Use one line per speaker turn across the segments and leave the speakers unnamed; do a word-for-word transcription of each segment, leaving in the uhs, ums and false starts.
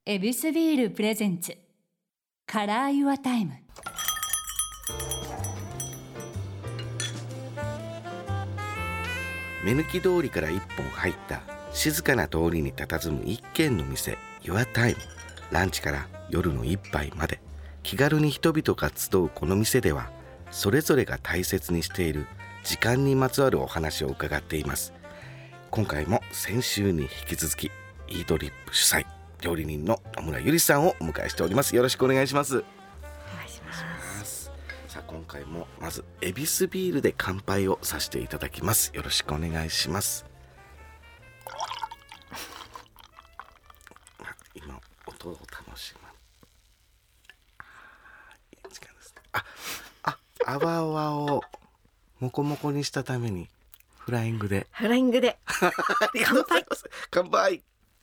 エビスビールプレゼンツカラーユアタイム。
目抜き通りから一本入った静かな通りに佇む一軒の店 Your Time。 ランチから夜の一杯まで気軽に人々が集うこの店では、それぞれが大切にしている時間にまつわるお話を伺っています。今回も先週に引き続きイートリップ主催料理人の野村ゆりさんをお迎えしております。よろしくお願いします。
お願いします。
さあ今回もまずエビスビールで乾杯をさせていただきます。よろしくお願いします。今音を楽しむ。いい時間ですね。あ、あ、泡泡をモコモコにしたためにフライングで
フライングで
ありがとうございます。乾杯。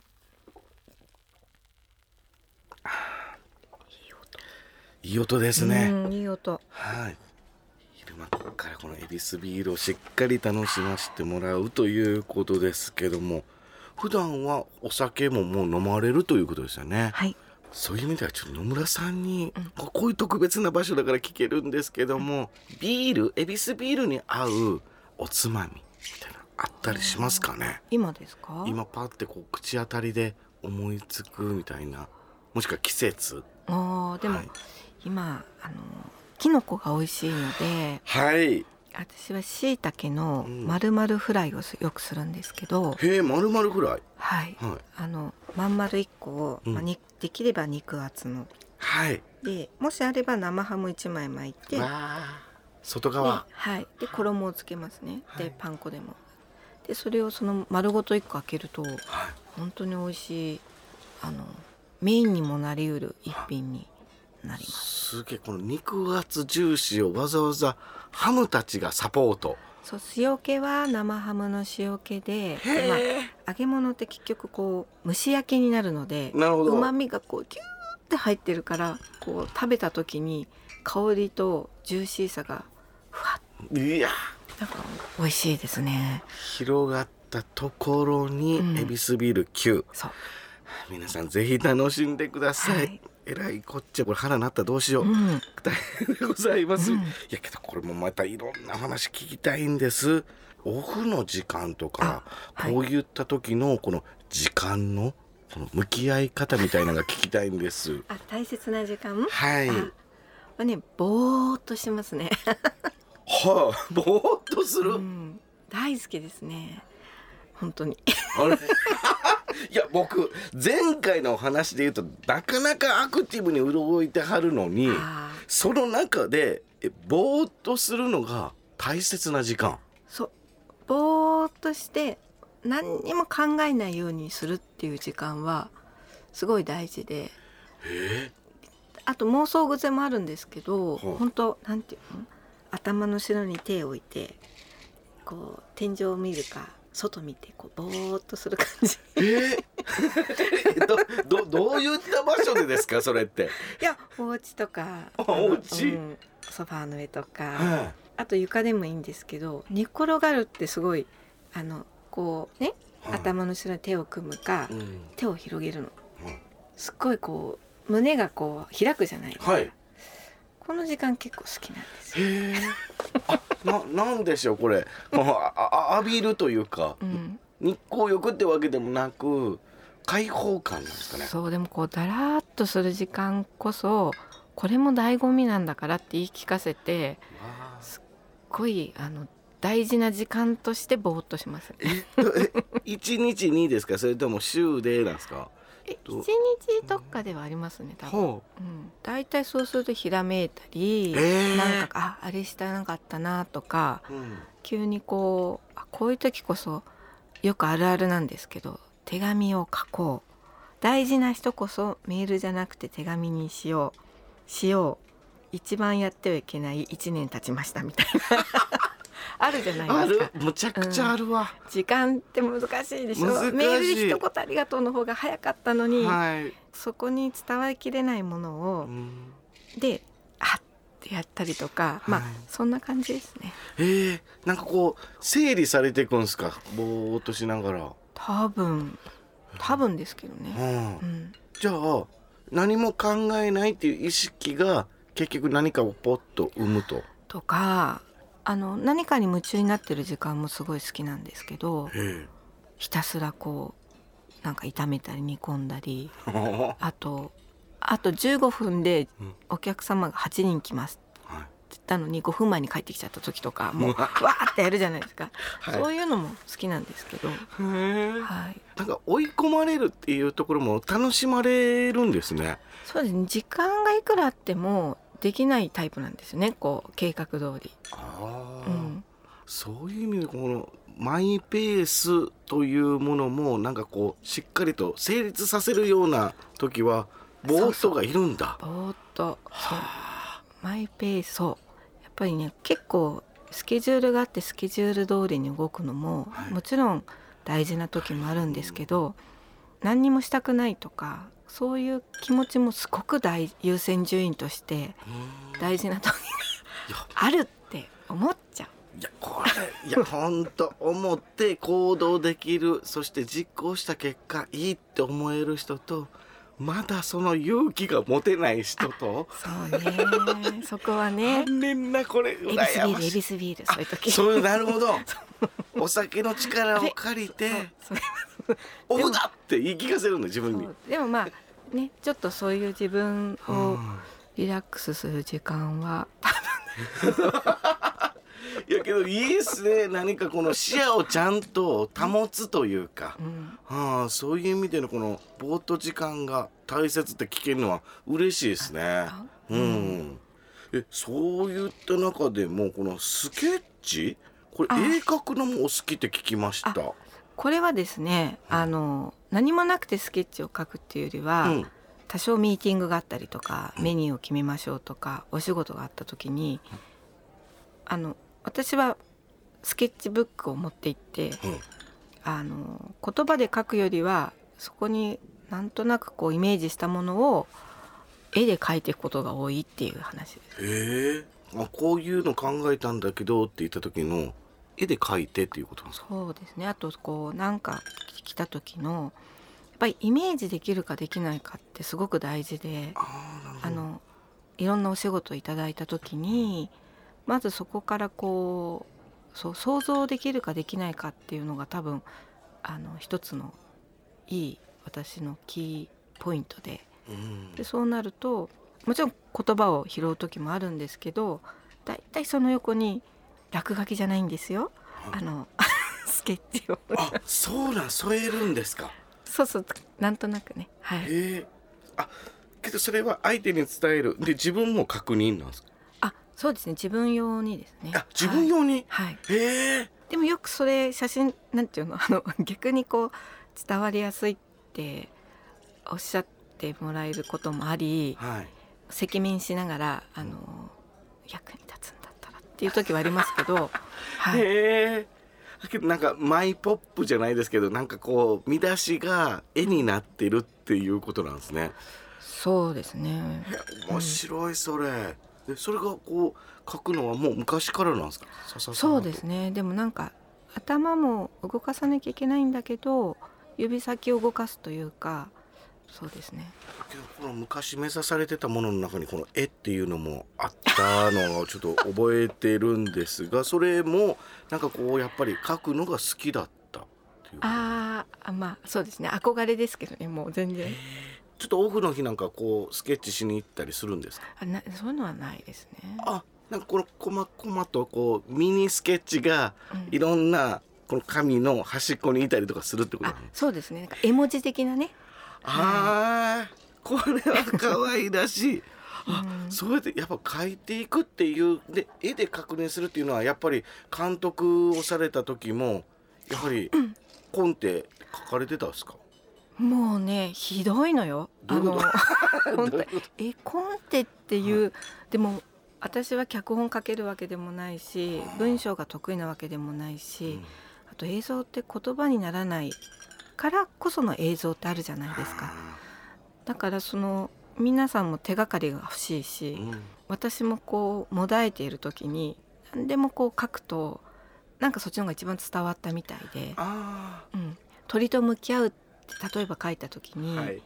いい音ですね。
うん、いい音。
はい。昼間からこのエビスビールをしっかり楽しませてもらうということですけども、普段はお酒ももう飲まれるということですよね。
はい。
そういう意味ではちょっと野村さんに、うん、こういう特別な場所だから聞けるんですけども、ビールエビスビールに合うおつまみみたいなあったりしますかね。
今ですか？
今パってこう口当たりで思いつくみたいな、もしくは季節。
あでも、はい、今あのキノコが美味しいので、
はい、
私は椎茸の丸々フライをよくするんですけど、うん、
へえ、丸々フライ。
はい、はい、あのまん丸いっこを、うん、まあ、にできれば肉厚の、
はい、
でもしあれば生ハムいちまい巻いて、
外側、
はい、で衣をつけますね、はい、でパン粉でもでそれをその丸ごといっこ開けると、はい、本当に美味しいあのメインにもなりうる一品になります。
すげえ、この肉厚ジューシーをわざわざハムたちがサポート。
そう、塩気は生ハムの塩気 で, で、まあ、揚げ物って結局こう蒸し焼きになるので、うまみがこうギューって入ってるから、こう食べた時に香りとジューシーさがふわっ、いやだから美味しいですね。
広がったところにエビスビールきゅう、うん、そう、皆さんぜひ楽しんでください、はい、えらいこっちゃこれ腹なったらどうしよう、うん、大変でございます、うん、いやけどこれもまたいろんな話聞きたいんです。オフの時間とか、はい、こういった時のこの時間のこの向き合い方みたいなのが聞きたいんです。
あ、大切な時間、
はい、
あ、ね、ぼーっとしますね
はあ、ぼーっとする、うん、
大好きですね本当に
あれいや僕前回のお話で言うとなかなかアクティブに動いてはるのに、その中でえぼーっとするのが大切な時間。
そう、ぼーっとして何にも考えないようにするっていう時間はすごい大事で、
え
あと妄想癖もあるんですけど、本当なんていうの、頭の後ろに手を置いてこう天井を見るか外見てこうぼーっとする感じ。
えー、ど, ど, どういった場所でですかそれって。
いや、お家とか
お家、うん、
ソファーの上とか、
はい、
あと床でもいいんですけど、寝転がるってすごいあのこうね、はい、頭の後ろに手を組むか、うん、手を広げるの、うん、すっごいこう胸がこう開くじゃないですか、はい、この時間結構好きなんですよ。
へあな, なんでしょうこれああ浴びるというか、うん、日光浴ってわけでもなく開放感なんですかね。
そう、でもこうだらっとする時間こそこれも醍醐味なんだからって言い聞かせて、すっごいあの大事な時間としてぼーっとします。
いちにちにですか、それとも週でなんですか。
えいちにちどっかではありますね多分、うん、だいたいそうするとひらめいたり、えー、なんか あ, あれしたなかったなとか、うん、急にこうあこういう時こそよくあるあるなんですけど、手紙を書こう、大事な人こそメールじゃなくて手紙にしようしよう一番やってはいけないいちねん経ちましたみたいなあるじゃないですか。
ある、むちゃくちゃあるわ、
うん、時間って難しいでしょ。メールで一言ありがとうの方が早かったのに、はい、そこに伝わりきれないものを、うん、であってやったりとか、はい、まあそんな感じですね。
えー、なんかこう整理されていくんですか、ぼーっとしながら。
多分多分ですけどね、
うんうん、 じゃあ何も考えないっていう意識が結局何かをポッと生むと
とか、あの何かに夢中になってる時間もすごい好きなんですけど、ひたすらこうなんか炒めたり煮込んだりあとあとじゅうごふんでお客様がはちにん来ますって言ったのにごふんまえに帰ってきちゃった時とかもうわーってやるじゃないですか、はい、そういうのも好きなんですけど、
はい、なんか追い込まれるっていうところも楽しまれるんですね。
そうですね、時間がいくらあってもできないタイプなんですよね、こう計画通り。
あ、うん、そういう意味でこのマイペースというものもなんかこうしっかりと成立させるような時はボーッとがいるんだ。
そうそうボーッと、そうマイペース、そうやっぱりね結構スケジュールがあってスケジュール通りに動くのも、はい、もちろん大事な時もあるんですけど、はい、何にもしたくないとかそういう気持ちもすごく大優先順位として大事な時があるって思っちゃう。
いやこれいや本当思って行動できる、そして実行した結果いいって思える人と、まだその勇気が持てない人と、
そうねそこはね
残念な、これ羨ましい。
エビスビールそういう時
そういう、なるほどお酒の力を借りてオフだって言い聞かせるの自分に。
でもまあね、ちょっとそういう自分をリラックスする時間は多分
いやけどいいですね、何かこの視野をちゃんと保つというか、うんはあ、そういう意味でのこのぼーっと時間が大切って聞けるのは嬉しいですね。うん、えそういった中でもこのスケッチ、これ絵描くのもお好きって聞きました。
これはですね、あの何もなくてスケッチを描くっていうよりは、うん、多少ミーティングがあったりとか、うん、メニューを決めましょうとかお仕事があった時に、うん、あの私はスケッチブックを持って行って、うん、あの言葉で書くよりはそこになんとなくこうイメージしたものを絵で描いていくことが多いっていう話です。
へえ、あ、こういうの考えたんだけどって言った時の絵で描いてっていうことなんですか。
そうですね。あとこうなんか来た時のやっぱりイメージできるかできないかってすごく大事で、ああのいろんなお仕事をいただいた時にまずそこからこうそう想像できるかできないかっていうのが多分あの一つのいい私のキーポイント で,、うん、でそうなるともちろん言葉を拾う時もあるんですけど、だいたいその横に落書きじゃないんですよ、あのスケッチを
あ、そうなん、添えるんですか。
そうそう、なんとなくね、はい。
へえ、あ、けどそれは相手に伝えるで自分も確認なんですか。
あ、そうですね、自分用にですね。
あ、自分用に、
はい、はい、
へえ。
でもよくそれ写真なんていうの、あの逆にこう伝わりやすいっておっしゃってもらえることもあり、はい、赤面しながらあの役に立つんだったらっていう時はありますけど、
はい、へえ。なんかマイポップじゃないですけど、なんかこう見出しが絵になってるっていうことなんですね。
そうですね。
面白いそれ、うん、でそれがこう書くのはもう昔からなんですか。さささ
そうですね。でもなんか頭も動かさなきゃいけないんだけど指先を動かすというか、そうですね。
この昔目指されてたものの中にこの絵っていうのもあったのをちょっと覚えてるんですが、それもなんかこうやっぱり描くのが好きだったっていう。
ああ、まあそうですね、憧れですけどね、もう全然。
ちょっとオフの日なんかこうスケッチしに行ったりするんですか。
あなそういうのはないですね。
あ、なんかこのコマコマとこうミニスケッチがいろんなこの紙の端っこにいたりとかするってことなんですか。
あ、そうですね、なんか絵文字的なね。
あ、これは可愛らしいあ、うん、そうやってやっぱ描いていくっていうで絵で確認するっていうのはやっぱり監督をされた時もやはりコンテ書かれてたんですか。
もうねひどいのよ。
どういうこと？
あの本当えコンテっていう、はい、でも私は脚本書けるわけでもないし文章が得意なわけでもないし、うん、あと映像って言葉にならないからこその映像ってあるじゃないですか。だからその皆さんも手がかりが欲しいし、うん、私もこうもだえている時に何でもこう書くとなんかそっちの方が一番伝わったみたいで、あ、うん、鳥と向き合うって例えば書いた時に、はい、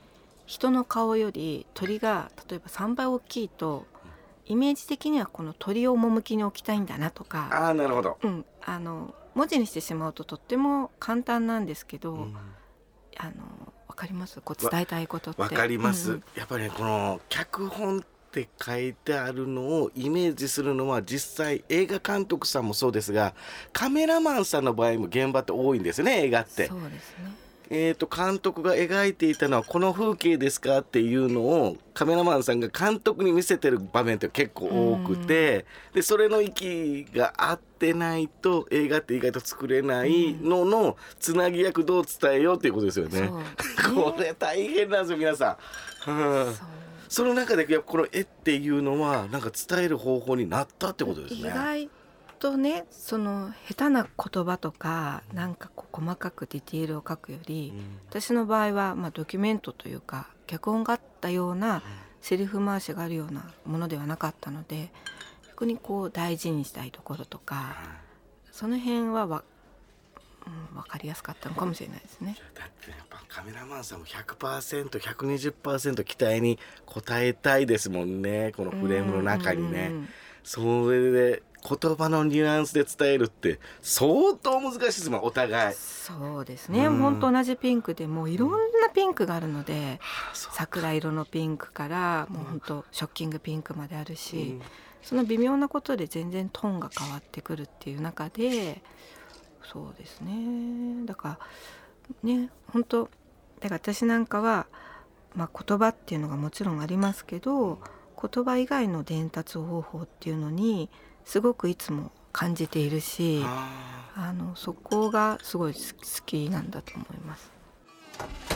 人の顔より鳥が例えばさんばい大きいとイメージ的にはこの鳥を趣に置きたいんだなとか、
あーなるほど、
うん、あの文字にしてしまうととっても簡単なんですけど、うん、あの分かりますこう伝えたいことって。
分かります、
うんうん、
やっぱり、ね、この脚本って書いてあるのをイメージするのは実際映画監督さんもそうですがカメラマンさんの場合も現場って多いんですね映画って。
そうですね。
えーと監督が描いていたのはこの風景ですかっていうのをカメラマンさんが監督に見せてる場面って結構多くて、でそれの息が合ってないと映画って意外と作れないののつなぎ役どう伝えようっていうことですよね。これ大変なんですよ皆さん、うん、そ, その中でこの絵っていうのはなんか伝える方法になったってことですね。
意外とねその下手な言葉とかなんかこう細かくディティールを書くより、うん、私の場合はまあドキュメントというか脚本があったようなセリフ回しがあるようなものではなかったので逆にこう大事にしたいところとか、うん、その辺はわ、うん、分かりやすかったのかもしれないですね。
だってやっぱカメラマンさんも ひゃくパーセント、ひゃくにじゅっパーセント 期待に応えたいですもんねこのフレームの中にね。それで言葉のニュアンスで伝えるって相当難しいですもんお互い。
そうですね、うん、本当同じピンクでもいろんなピンクがあるので、うん、桜色のピンクからもう本当ショッキングピンクまであるし、うん、その微妙なことで全然トーンが変わってくるっていう中でそうですねだからね本当だから私なんかは、まあ、言葉っていうのがもちろんありますけど言葉以外の伝達方法っていうのにすごくいつも感じているしあのそこがすごい好きなんだと思います。